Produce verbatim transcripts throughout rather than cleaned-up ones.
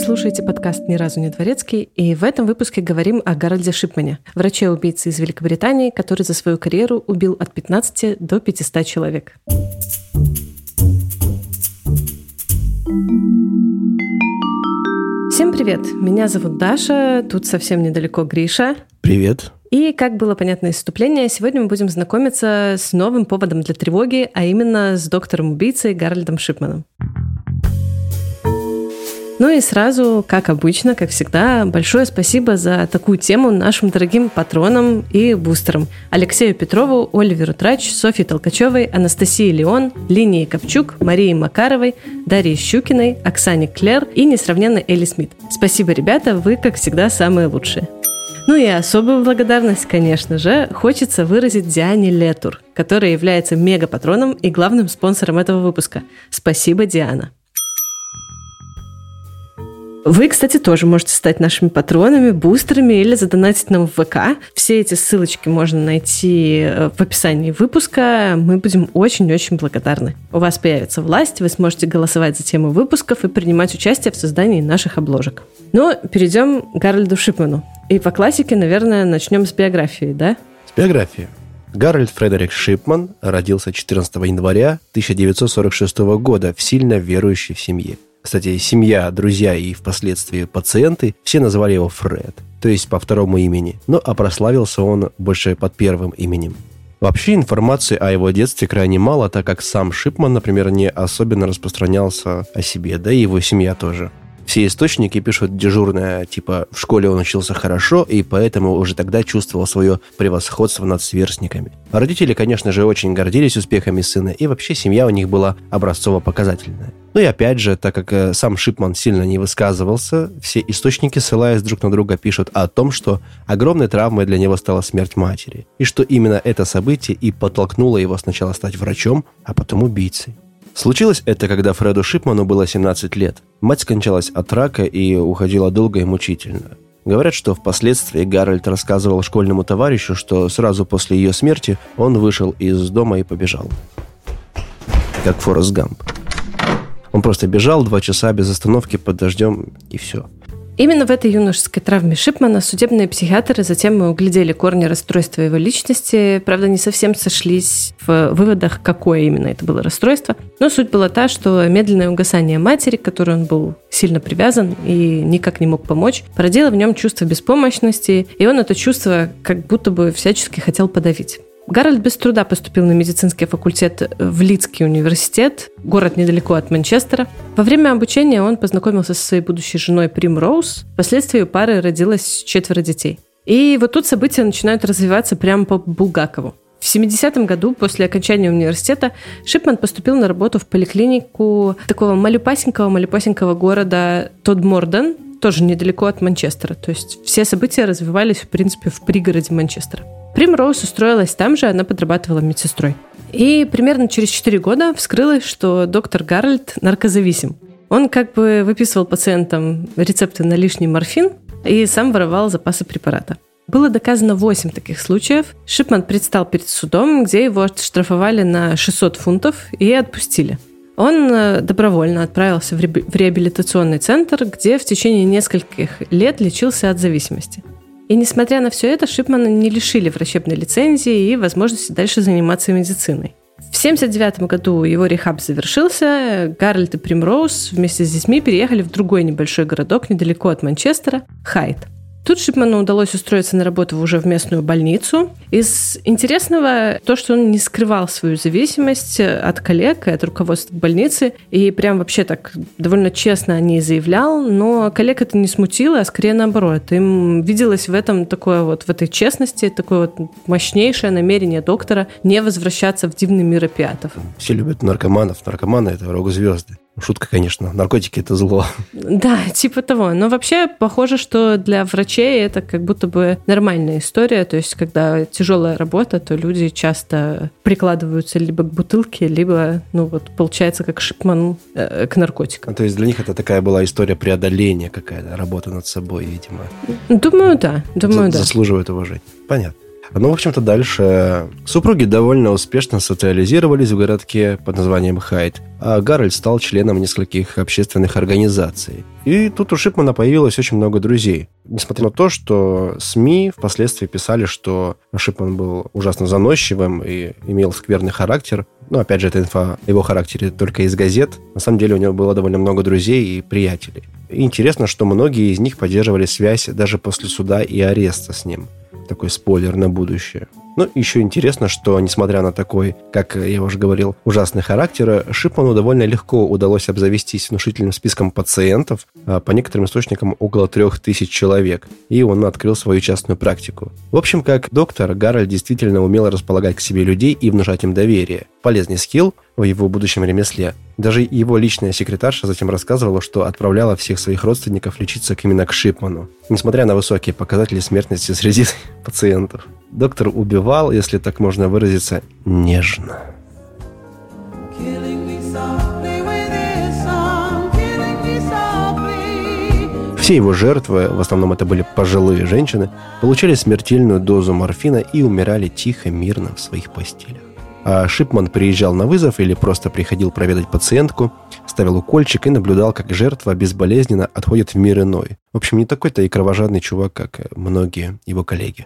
слушаете подкаст «Ни разу не дворецкий», и в этом выпуске говорим о Гарольде Шипмане, враче-убийце из Великобритании, который за свою карьеру убил от пятнадцати до пятисот человек. Всем привет! Меня зовут Даша, тут совсем недалеко Гриша. Привет! И, как было понятно из вступления, сегодня мы будем знакомиться с новым поводом для тревоги, а именно с доктором-убийцей Гарольдом Шипманом. Ну и сразу, как обычно, как всегда, большое спасибо за такую тему нашим дорогим патронам и бустерам: Алексею Петрову, Оливеру Трач, Софье Толкачевой, Анастасии Леон, Линии Ковчук, Марии Макаровой, Дарье Щукиной, Оксане Клер и несравненной Элли Смит. Спасибо, ребята, вы, как всегда, самые лучшие. Ну и особую благодарность, конечно же, хочется выразить Диане Летур, которая является мега-патроном и главным спонсором этого выпуска. Спасибо, Диана. Вы, кстати, тоже можете стать нашими патронами, бустерами или задонатить нам в ВК. Все эти ссылочки можно найти в описании выпуска. Мы будем очень-очень благодарны. У вас появится власть, вы сможете голосовать за темы выпусков и принимать участие в создании наших обложек. Но перейдем к Гарольду Шипману. И по классике, наверное, начнем с биографии, да? С биографии. Гарольд Фредерик Шипман родился четырнадцатого января тысяча девятьсот сорок шестого года в сильно верующей семье. Кстати, семья, друзья и впоследствии пациенты все называли его Фред, то есть по второму имени, но а прославился он больше под первым именем. Вообще информации о его детстве крайне мало, так как сам Шипман, например, не особенно распространялся о себе, да и его семья тоже. Все источники пишут дежурное, типа в школе он учился хорошо и поэтому уже тогда чувствовал свое превосходство над сверстниками. Родители, конечно же, очень гордились успехами сына, и вообще семья у них была образцово-показательная. Ну и опять же, так как сам Шипман сильно не высказывался, все источники, ссылаясь друг на друга, пишут о том, что огромной травмой для него стала смерть матери, и что именно это событие и подтолкнуло его сначала стать врачом, а потом убийцей. Случилось это, когда Фреду Шипману было семнадцать лет. Мать скончалась от рака и уходила долго и мучительно. Говорят, что впоследствии Гарольд рассказывал школьному товарищу, что сразу после ее смерти он вышел из дома и побежал. Как Форрест Гамп. Он просто бежал два часа без остановки под дождем, и все. Именно в этой юношеской травме Шипмана судебные психиатры затем углядели корни расстройства его личности. Правда, не совсем сошлись в выводах, какое именно это было расстройство. Но суть была та, что медленное угасание матери, к которой он был сильно привязан и никак не мог помочь, породило в нем чувство беспомощности, и он это чувство как будто бы всячески хотел подавить. Гарольд без труда поступил на медицинский факультет в Лидский университет, город недалеко от Манчестера. Во время обучения он познакомился со своей будущей женой Прим Роуз. Впоследствии у пары родилось четверо детей. И вот тут события начинают развиваться прямо по Булгакову. В семидесятом году, после окончания университета, Шипман поступил на работу в поликлинику такого малюпасенького-малюпасенького города Тодморден, тоже недалеко от Манчестера. То есть все события развивались, в принципе, в пригороде Манчестера. Прим Роуз устроилась там же, она подрабатывала медсестрой. И примерно через четыре года вскрылось, что доктор Гарольд наркозависим. Он как бы выписывал пациентам рецепты на лишний морфин и сам воровал запасы препарата. Было доказано восемь таких случаев. Шипман предстал перед судом, где его отштрафовали на шестьсот фунтов и отпустили. Он добровольно отправился в реабилитационный центр, где в течение нескольких лет лечился от зависимости. И несмотря на все это, Шипмана не лишили врачебной лицензии и возможности дальше заниматься медициной. В семьдесят девятом году его рехаб завершился. Гарольд и Прим Роуз вместе с детьми переехали в другой небольшой городок недалеко от Манчестера – Хайд. Тут Шипману удалось устроиться на работу уже в местную больницу. Из интересного то, что он не скрывал свою зависимость от коллег и от руководства больницы. И прям вообще так довольно честно о ней заявлял. Но коллег это не смутило, а скорее наоборот. Им виделось в этом такое вот, в этой честности, такое вот мощнейшее намерение доктора не возвращаться в дивный мир опиатов. Все любят наркоманов. Наркоманы – это рок-звезды. Шутка, конечно. Наркотики – это зло. Да, типа того. Но вообще похоже, что для врачей это как будто бы нормальная история. То есть, когда тяжелая работа, то люди часто прикладываются либо к бутылке, либо, ну вот, получается, как Шипман э, к наркотикам. А, то есть, для них это такая была история преодоления какая-то, работа над собой, видимо. Думаю, да. Думаю, За- да. Заслуживает уважения. Понятно. Ну, в общем-то, дальше супруги довольно успешно социализировались в городке под названием Хайд, а Гарольд стал членом нескольких общественных организаций. И тут у Шипмана появилось очень много друзей. Несмотря на то, что СМИ впоследствии писали, что Шипман был ужасно заносчивым и имел скверный характер. Ну, опять же, эта инфа о его характере только из газет. На самом деле у него было довольно много друзей и приятелей. И интересно, что многие из них поддерживали связь даже после суда и ареста с ним. Такой спойлер на будущее. Ну, еще интересно, что, несмотря на такой, как я уже говорил, ужасный характер, Шипману довольно легко удалось обзавестись внушительным списком пациентов, по некоторым источникам около трех тысяч человек, и он открыл свою частную практику. В общем, как доктор, Гарольд действительно умел располагать к себе людей и внушать им доверие. Полезный скилл в его будущем ремесле. Даже его личная секретарша затем рассказывала, что отправляла всех своих родственников лечиться именно к Шипману, несмотря на высокие показатели смертности среди пациентов. Доктор убивал, если так можно выразиться, нежно. Все его жертвы, в основном это были пожилые женщины, получали смертельную дозу морфина и умирали тихо, мирно в своих постелях. А Шипман приезжал на вызов или просто приходил проведать пациентку, ставил укольчик и наблюдал, как жертва безболезненно отходит в мир иной. В общем, не такой-то и кровожадный чувак, как многие его коллеги.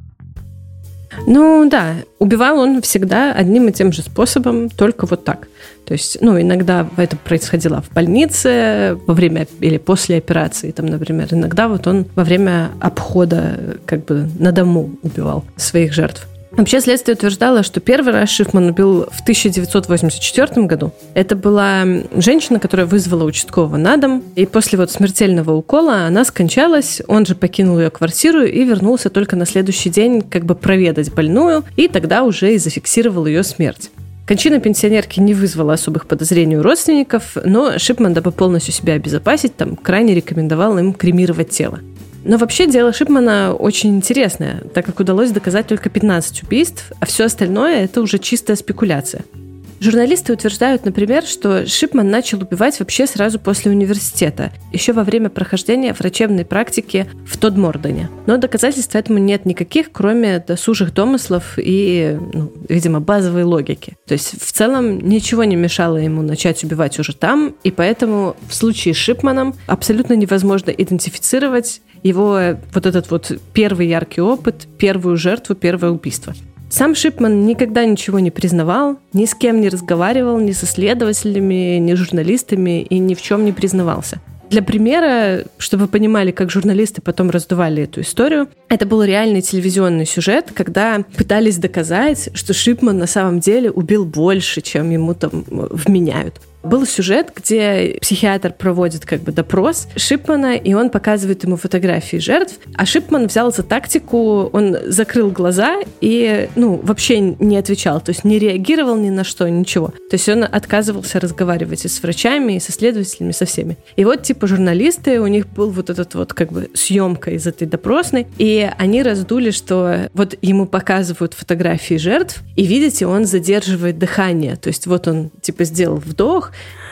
Ну да, убивал он всегда одним и тем же способом, только вот так. То есть, ну, иногда это происходило в больнице во время или после операции, там, например. Иногда вот он во время обхода как бы на дому убивал своих жертв. Вообще, следствие утверждало, что первый раз Шипман убил в тысяча девятьсот восемьдесят четвёртом году. Это была женщина, которая вызвала участкового на дом, и после вот смертельного укола она скончалась, он же покинул ее квартиру и вернулся только на следующий день как бы проведать больную, и тогда уже и зафиксировал ее смерть. Кончина пенсионерки не вызвала особых подозрений у родственников, но Шипман, дабы полностью себя обезопасить, там крайне рекомендовал им кремировать тело. Но вообще дело Шипмана очень интересное, так как удалось доказать только пятнадцать убийств, а все остальное – это уже чистая спекуляция. Журналисты утверждают, например, что Шипман начал убивать вообще сразу после университета, еще во время прохождения врачебной практики в Тодмордене. Но доказательств этому нет никаких, кроме досужих домыслов и, ну, видимо, базовой логики. То есть в целом ничего не мешало ему начать убивать уже там, и поэтому в случае с Шипманом абсолютно невозможно идентифицировать его вот этот вот первый яркий опыт, первую жертву, первое убийство. Сам Шипман никогда ничего не признавал, ни с кем не разговаривал, ни со следователями, ни с журналистами и ни в чем не признавался. Для примера, чтобы вы понимали, как журналисты потом раздували эту историю, это был реальный телевизионный сюжет, когда пытались доказать, что Шипман на самом деле убил больше, чем ему там вменяют. Был сюжет, где психиатр проводит как бы допрос Шипмана, и он показывает ему фотографии жертв, а Шипман взял за тактику, он закрыл глаза и, ну, вообще не отвечал, то есть не реагировал ни на что, ничего. То есть он отказывался разговаривать и с врачами, и со следователями, со всеми. И вот типа журналисты, у них был вот этот вот как бы съемка из этой допросной, и они раздули, что вот ему показывают фотографии жертв, и видите, он задерживает дыхание, то есть вот он типа сделал вдох,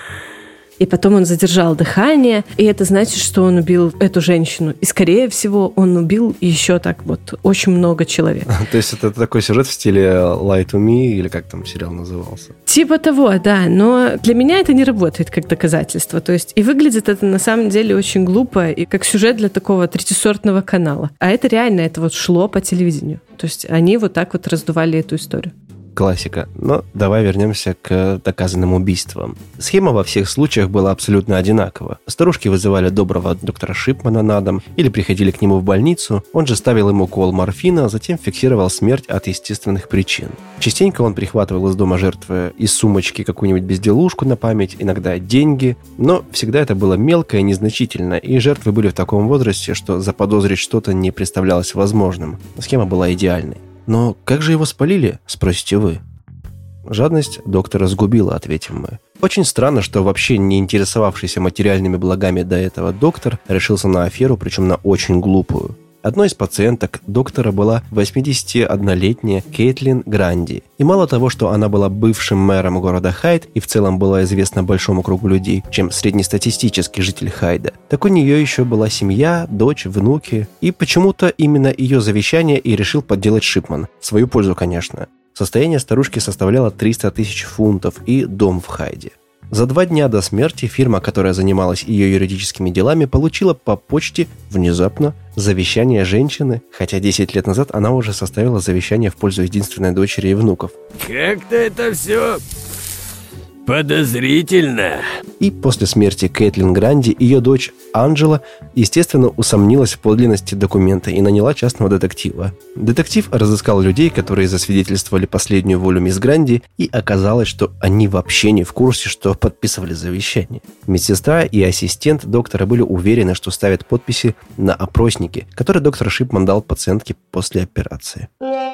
и потом он задержал дыхание, и это значит, что он убил эту женщину. И, скорее всего, он убил еще так вот очень много человек. То есть это такой сюжет в стиле Lie to Me, или как там сериал назывался? Типа того, да. Но для меня это не работает как доказательство. То есть и выглядит это на самом деле очень глупо, и как сюжет для такого третьесортного канала. А это реально, это вот шло по телевидению. То есть они вот так вот раздували эту историю. Классика. Но давай вернемся к доказанным убийствам. Схема во всех случаях была абсолютно одинакова. Старушки вызывали доброго доктора Шипмана на дом или приходили к нему в больницу, он же ставил ему укол морфина, а затем фиксировал смерть от естественных причин. Частенько он прихватывал из дома жертвы из сумочки какую-нибудь безделушку на память, иногда деньги, но всегда это было мелко и незначительно, и жертвы были в таком возрасте, что заподозрить что-то не представлялось возможным. Схема была идеальной. «Но как же его спалили?» – спросите вы. Жадность доктора сгубила, ответим мы. Очень странно, что вообще не интересовавшийся материальными благами до этого доктор решился на аферу, причем на очень глупую. Одной из пациенток доктора была восьмидесятиоднолетняя Кейтлин Гранди. И мало того, что она была бывшим мэром города Хайд и в целом была известна большому кругу людей, чем среднестатистический житель Хайда, так у нее еще была семья, дочь, внуки. И почему-то именно ее завещание и решил подделать Шипман. В свою пользу, конечно. Состояние старушки составляло триста тысяч фунтов и дом в Хайде. За два дня до смерти фирма, которая занималась ее юридическими делами, получила по почте внезапно завещание женщины, хотя десять лет назад она уже составила завещание в пользу единственной дочери и внуков. Как-то это все подозрительно. И после смерти Кейтлин Гранди ее дочь Анджела, естественно, усомнилась в подлинности документа и наняла частного детектива. Детектив разыскал людей, которые засвидетельствовали последнюю волю мисс Гранди, и оказалось, что они вообще не в курсе, что подписывали завещание. Медсестра и ассистент доктора были уверены, что ставят подписи на опроснике, который доктор Шипман дал пациентке после операции.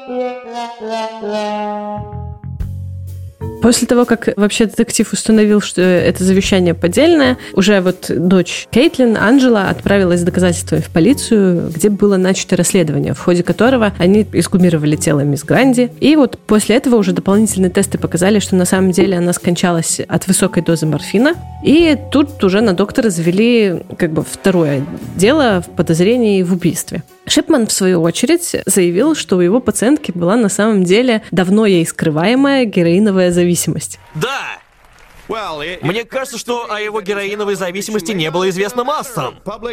После того, как вообще детектив установил, что это завещание поддельное, уже вот дочь Кейтлин, Анджела, отправилась с доказательствами в полицию, где было начато расследование, в ходе которого они эксгумировали тело мисс Гранди. И вот после этого уже дополнительные тесты показали, что на самом деле она скончалась от высокой дозы морфина. И тут уже на доктора завели как бы второе дело в подозрении в убийстве. Шипман, в свою очередь, заявил, что у его пациентки была на самом деле давно ей скрываемая героиновая зависимость. Да! Мне кажется, что о его героиновой зависимости не было известно массам.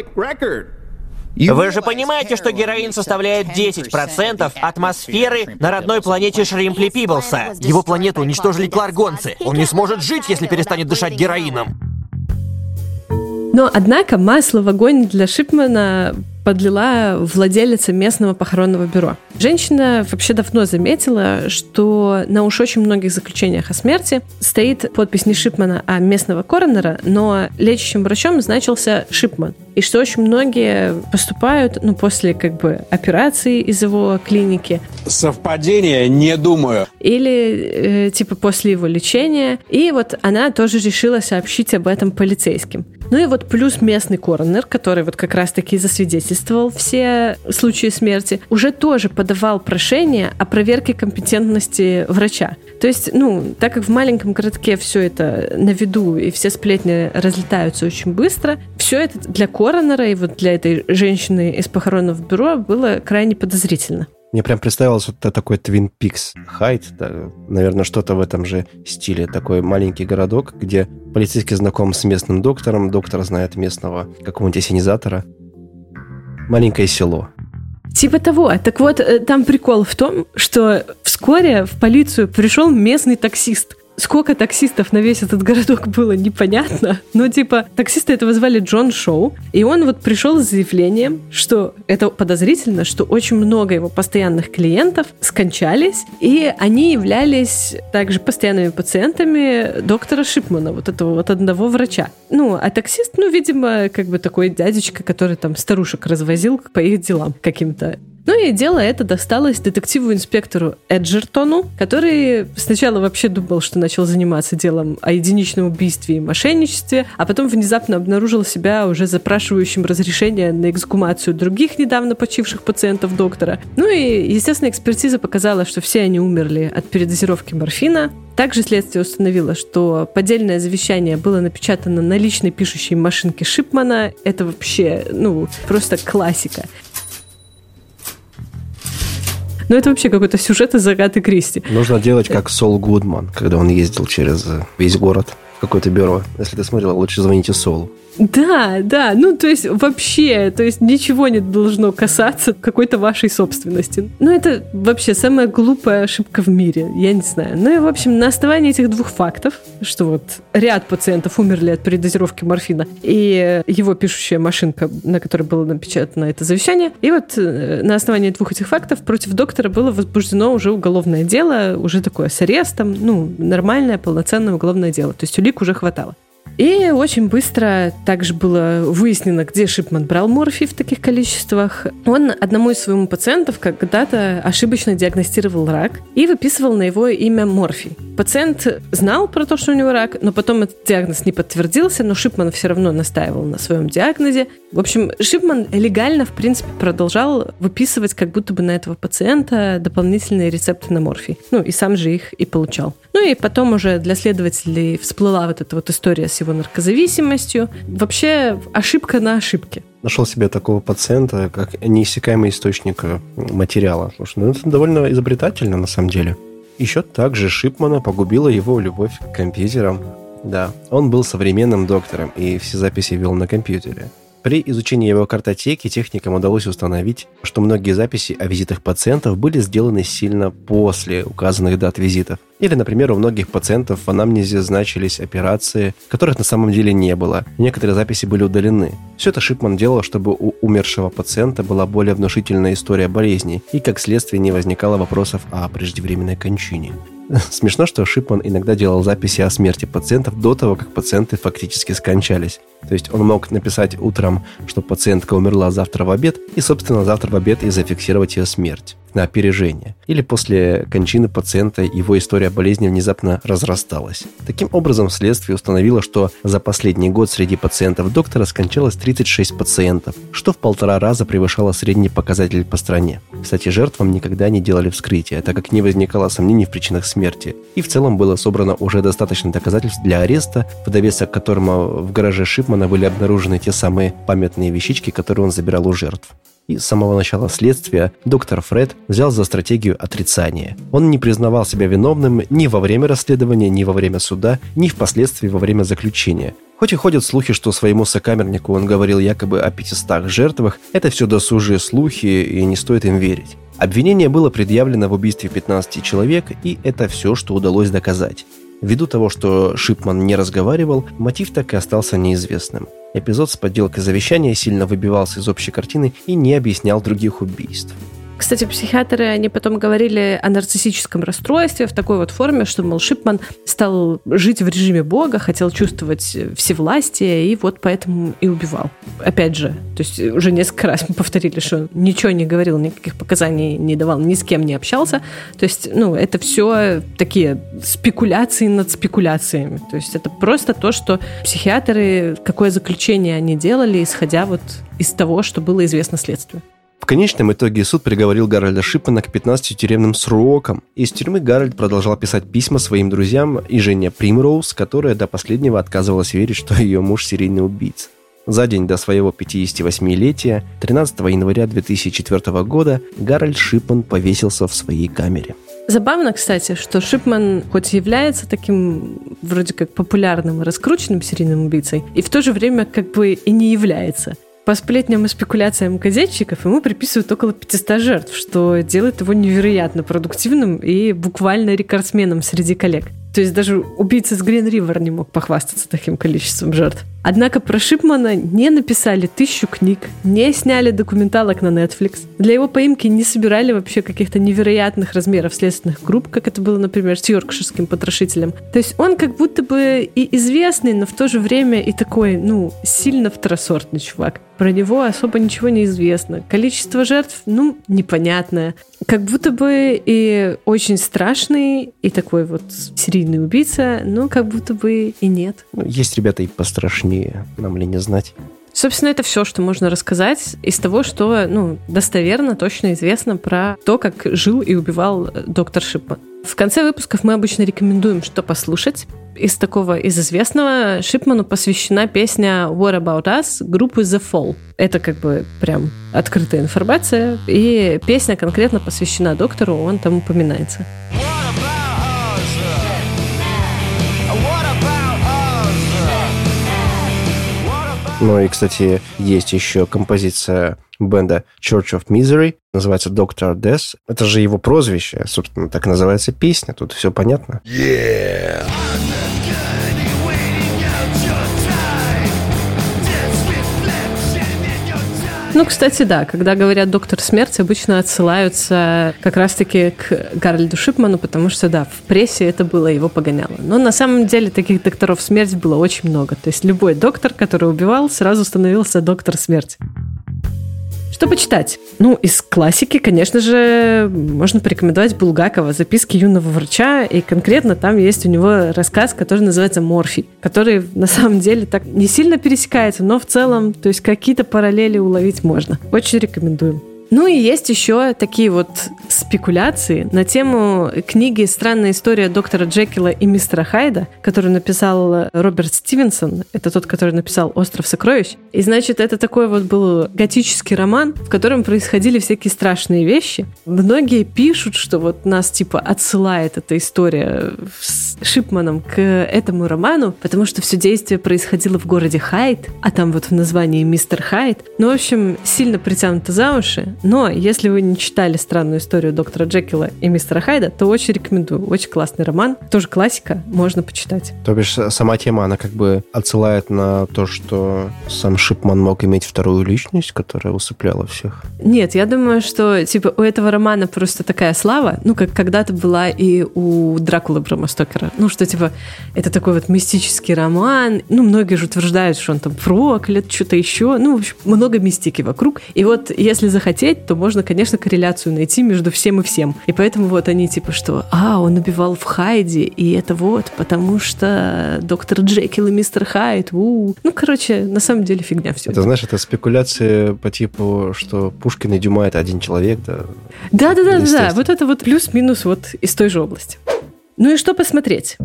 Вы же понимаете, что героин составляет десять процентов атмосферы на родной планете Шримпли Пиблса. Его планету уничтожили кларгонцы. Он не сможет жить, если перестанет дышать героином. Но, однако, масло в огонь для Шипмана подлила владелица местного похоронного бюро. Женщина вообще давно заметила, что на уж очень многих заключениях о смерти стоит подпись не Шипмана, а местного коронера, но лечащим врачом значился Шипман. И что очень многие поступают, ну, после как бы операции из его клиники. Совпадение? Не думаю. Или э, типа после его лечения. И вот она тоже решила сообщить об этом полицейским. Ну и вот плюс местный коронер, который вот как раз-таки засвидетельствовал все случаи смерти, уже тоже подавал прошение о проверке компетентности врача. То есть, ну, так как в маленьком городке все это на виду и все сплетни разлетаются очень быстро, все это для коронера и вот для этой женщины из похоронного бюро было крайне подозрительно. Мне прям представилось вот такой Twin Peaks Хайд, да, наверное, что-то в этом же стиле. Такой маленький городок, где полицейский знаком с местным доктором, доктор знает местного какого-нибудь ассенизатора. Маленькое село. Типа того. Так вот, там прикол в том, что вскоре в полицию пришел местный таксист. Сколько таксистов на весь этот городок было, непонятно. Но, типа, таксиста этого звали Джон Шоу. И он вот пришел с заявлением, что это подозрительно, что очень много его постоянных клиентов скончались, и они являлись также постоянными пациентами доктора Шипмана, вот этого вот одного врача. Ну, а таксист, ну, видимо, как бы такой дядечка, который там старушек развозил по их делам каким-то. Ну и дело это досталось детективу-инспектору Эджертону, который сначала вообще думал, что начал заниматься делом о единичном убийстве и мошенничестве, а потом внезапно обнаружил себя уже запрашивающим разрешение на эксгумацию других недавно почивших пациентов доктора. Ну и, естественно, экспертиза показала, что все они умерли от передозировки морфина. Также следствие установило, что поддельное завещание было напечатано на личной пишущей машинке Шипмана. Это вообще, ну, просто классика. Ну, это вообще какой-то сюжет из Агаты Кристи. Нужно делать как Сол Гудман, когда он ездил через весь город в какое-то бюро. Если ты смотрела, лучше звоните Солу. Да, да, ну то есть вообще, то есть ничего не должно касаться какой-то вашей собственности. Ну это вообще самая глупая ошибка в мире, я не знаю. Ну и в общем, на основании этих двух фактов, что вот ряд пациентов умерли от передозировки морфина, и его пишущая машинка, на которой было напечатано это завещание, и вот на основании двух этих фактов против доктора было возбуждено уже уголовное дело, уже такое с арестом, ну нормальное, полноценное уголовное дело, то есть улик уже хватало. И очень быстро также было выяснено, где Шипман брал морфий в таких количествах. Он одному из своих пациентов когда-то ошибочно диагностировал рак и выписывал на его имя морфий. Пациент знал про то, что у него рак, но потом этот диагноз не подтвердился, но Шипман все равно настаивал на своем диагнозе. В общем, Шипман легально, в принципе, продолжал выписывать как будто бы на этого пациента дополнительные рецепты на морфий. Ну, и сам же их и получал. Ну, и потом уже для следователей всплыла вот эта вот история с его наркозависимостью. Вообще, ошибка на ошибке. Нашел себе такого пациента, как неиссякаемый источник материала. Слушай, ну это довольно изобретательно, на самом деле. Еще также Шипмана погубила его любовь к компьютерам. Да, он был современным доктором и все записи вел на компьютере. При изучении его картотеки техникам удалось установить, что многие записи о визитах пациентов были сделаны сильно после указанных дат визитов. Или, например, у многих пациентов в анамнезе значились операции, которых на самом деле не было. Некоторые записи были удалены. Все это Шипман делал, чтобы у умершего пациента была более внушительная история болезни и, как следствие, не возникало вопросов о преждевременной кончине. Смешно, что Шипман иногда делал записи о смерти пациентов до того, как пациенты фактически скончались. То есть он мог написать утром, что пациентка умерла завтра в обед, и, собственно, завтра в обед и зафиксировать ее смерть на опережение. Или после кончины пациента его история болезни внезапно разрасталась. Таким образом, следствие установило, что за последний год среди пациентов доктора скончалось тридцать шесть пациентов, что в полтора раза превышало средний показатель по стране. Кстати, жертвам никогда не делали вскрытия, так как не возникало сомнений в причинах смерти. И в целом было собрано уже достаточно доказательств для ареста, в довесок к которому в гараже Шипмана были обнаружены те самые памятные вещички, которые он забирал у жертв. И с самого начала следствия доктор Фред взял за стратегию отрицания. Он не признавал себя виновным ни во время расследования, ни во время суда, ни впоследствии во время заключения. Хоть и ходят слухи, что своему сокамернику он говорил якобы о пятистах жертвах, это все досужие слухи, и не стоит им верить. Обвинение было предъявлено в убийстве пятнадцати человек, и это все, что удалось доказать. Ввиду того, что Шипман не разговаривал, мотив так и остался неизвестным. Эпизод с подделкой завещания сильно выбивался из общей картины и не объяснял других убийств. Кстати, психиатры, они потом говорили о нарциссическом расстройстве в такой вот форме, что, мол, Шипман стал жить в режиме Бога, хотел чувствовать всевластие, и вот поэтому и убивал. Опять же, то есть уже несколько раз мы повторили, что ничего не говорил, никаких показаний не давал, ни с кем не общался. То есть, ну, это все такие спекуляции над спекуляциями. То есть это просто то, что психиатры, какое заключение они делали, исходя вот из того, что было известно следствию. В конечном итоге суд приговорил Гарольда Шипмана к пятнадцати тюремным срокам. Из тюрьмы Гарольд продолжал писать письма своим друзьям и жене Примроуз, которая до последнего отказывалась верить, что ее муж серийный убийца. За день до своего пятидесятивосьмилетия, тринадцатого января две тысячи четвёртого года, Гарольд Шипман повесился в своей камере. Забавно, кстати, что Шипман хоть и является таким вроде как популярным и раскрученным серийным убийцей, и в то же время как бы и не является. По сплетням и спекуляциям газетчиков ему приписывают около пятисот жертв, что делает его невероятно продуктивным и буквально рекордсменом среди коллег. То есть даже убийца с Грин-Ривер не мог похвастаться таким количеством жертв. Однако про Шипмана не написали тысячу книг, не сняли документалок на Netflix. Для его поимки не собирали вообще каких-то невероятных размеров следственных групп, как это было, например, с йоркширским потрошителем. То есть он как будто бы и известный, но в то же время и такой, ну, сильно второсортный чувак. Про него особо ничего не известно. Количество жертв, ну, непонятное. Как будто бы и очень страшный, и такой вот серийный убийца, но как будто бы и нет. Есть ребята и пострашнее, нам ли не знать. Собственно, это все, что можно рассказать из того, что, ну, достоверно, точно известно про то, как жил и убивал доктор Шипман. В конце выпусков мы обычно рекомендуем, что послушать. Из такого, из известного, Шипману посвящена песня What About Us группы The Fall. Это как бы прям открытая информация. И песня конкретно посвящена доктору, он там упоминается. Ну и, кстати, есть еще композиция бенда Church of Misery, называется Doctor Death. Это же его прозвище, собственно, так называется песня, тут все понятно. Yeah. Ну, кстати, да, когда говорят «доктор смерти», обычно отсылаются как раз-таки к Гарольду Шипману, потому что, да, в прессе это было его погоняло. Но на самом деле таких докторов смерти было очень много. То есть любой доктор, который убивал, сразу становился доктор смерти. Что почитать? Ну, из классики, конечно же, можно порекомендовать Булгакова «Записки юного врача», и конкретно там есть у него рассказ, который называется «Морфий», который на самом деле так не сильно пересекается, но в целом, то есть какие-то параллели уловить можно. Очень рекомендую. Ну и есть еще такие вот спекуляции на тему книги «Странная история доктора Джекила и мистера Хайда», которую написал Роберт Стивенсон. Это тот, который написал «Остров сокровищ». И, значит, это такой вот был готический роман, в котором происходили всякие страшные вещи. Многие пишут, что вот нас типа отсылает эта история с Шипманом к этому роману, потому что все действие происходило в городе Хайд, а там вот в названии «Мистер Хайд». Ну, в общем, сильно притянуто за уши. Но если вы не читали «Странную историю доктора Джекила и мистера Хайда», то очень рекомендую. Очень классный роман. Тоже классика, можно почитать. То бишь, сама тема, она как бы отсылает на то, что сам Шипман мог иметь вторую личность, которая усыпляла всех? Нет, я думаю, что типа у этого романа просто такая слава, ну, как когда-то была и у Дракулы Брэма Стокера. Ну, что типа это такой вот мистический роман. Ну, многие же утверждают, что он там проклят, что-то еще. Ну, в общем, много мистики вокруг. И вот если захотеть, то можно, конечно, корреляцию найти между всем и всем. И поэтому вот они типа, что а, он убивал в Хайде, и это вот потому что доктор Джекил и мистер Хайд. У-у-у. Ну, короче, на самом деле фигня все. Это, знаешь, это спекуляции по типу, что Пушкин и Дюма — это один человек, да? Да-да-да, да. Вот это вот плюс-минус вот из той же области. Ну и что посмотреть?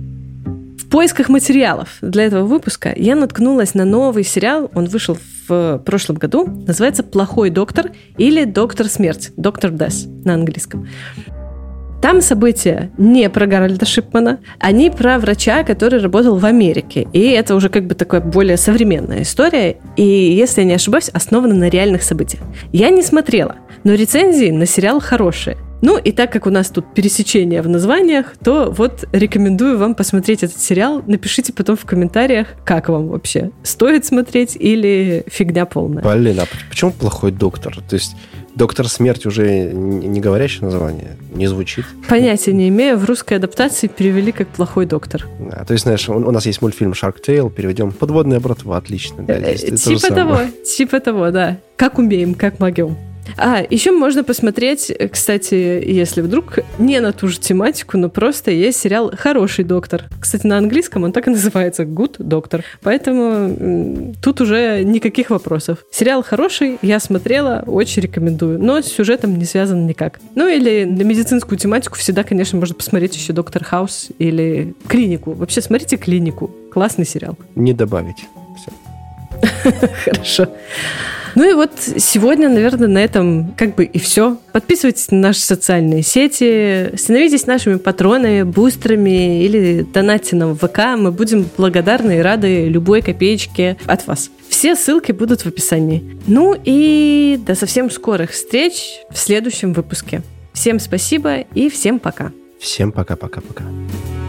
В поисках материалов для этого выпуска я наткнулась на новый сериал. Он вышел в прошлом году. Называется «Плохой доктор» или «Доктор Смерть». «Доктор Дэс» на английском. Там события не про Гарольда Шипмана, они про врача, который работал в Америке. И это уже как бы такая более современная история. И, если я не ошибаюсь, основана на реальных событиях. Я не смотрела, но рецензии на сериал хорошие. Ну, и так как у нас тут пересечение в названиях, то вот рекомендую вам посмотреть этот сериал. Напишите потом в комментариях, как вам вообще. Стоит смотреть или фигня полная? Блин, а почему «Плохой доктор»? То есть «Доктор Смерть» уже не говорящее название? Не звучит? Понятия не имею. В русской адаптации перевели как «Плохой доктор». А, то есть, знаешь, у, у нас есть мультфильм «Shark Tale», переведем «Подводная братва». Отлично. Да, здесь, типа того, типа того, да. Как умеем, как могем. А, еще можно посмотреть, кстати, если вдруг не на ту же тематику, но просто есть сериал «Хороший доктор». Кстати, на английском он так и называется «Good Doctor». Поэтому м- тут уже никаких вопросов. Сериал хороший, я смотрела, очень рекомендую, но с сюжетом не связан никак. Ну или на медицинскую тематику всегда, конечно, можно посмотреть еще «Доктор Хаус» или «Клинику». Вообще, смотрите «Клинику». Классный сериал. Не добавить. Все. Хорошо. Ну и вот сегодня, наверное, на этом как бы и все. Подписывайтесь на наши социальные сети, становитесь нашими патронами, бустерами или донатьте нам в ВК. Мы будем благодарны и рады любой копеечке от вас. Все ссылки будут в описании. Ну и до совсем скорых встреч в следующем выпуске. Всем спасибо и всем пока. Всем пока-пока-пока.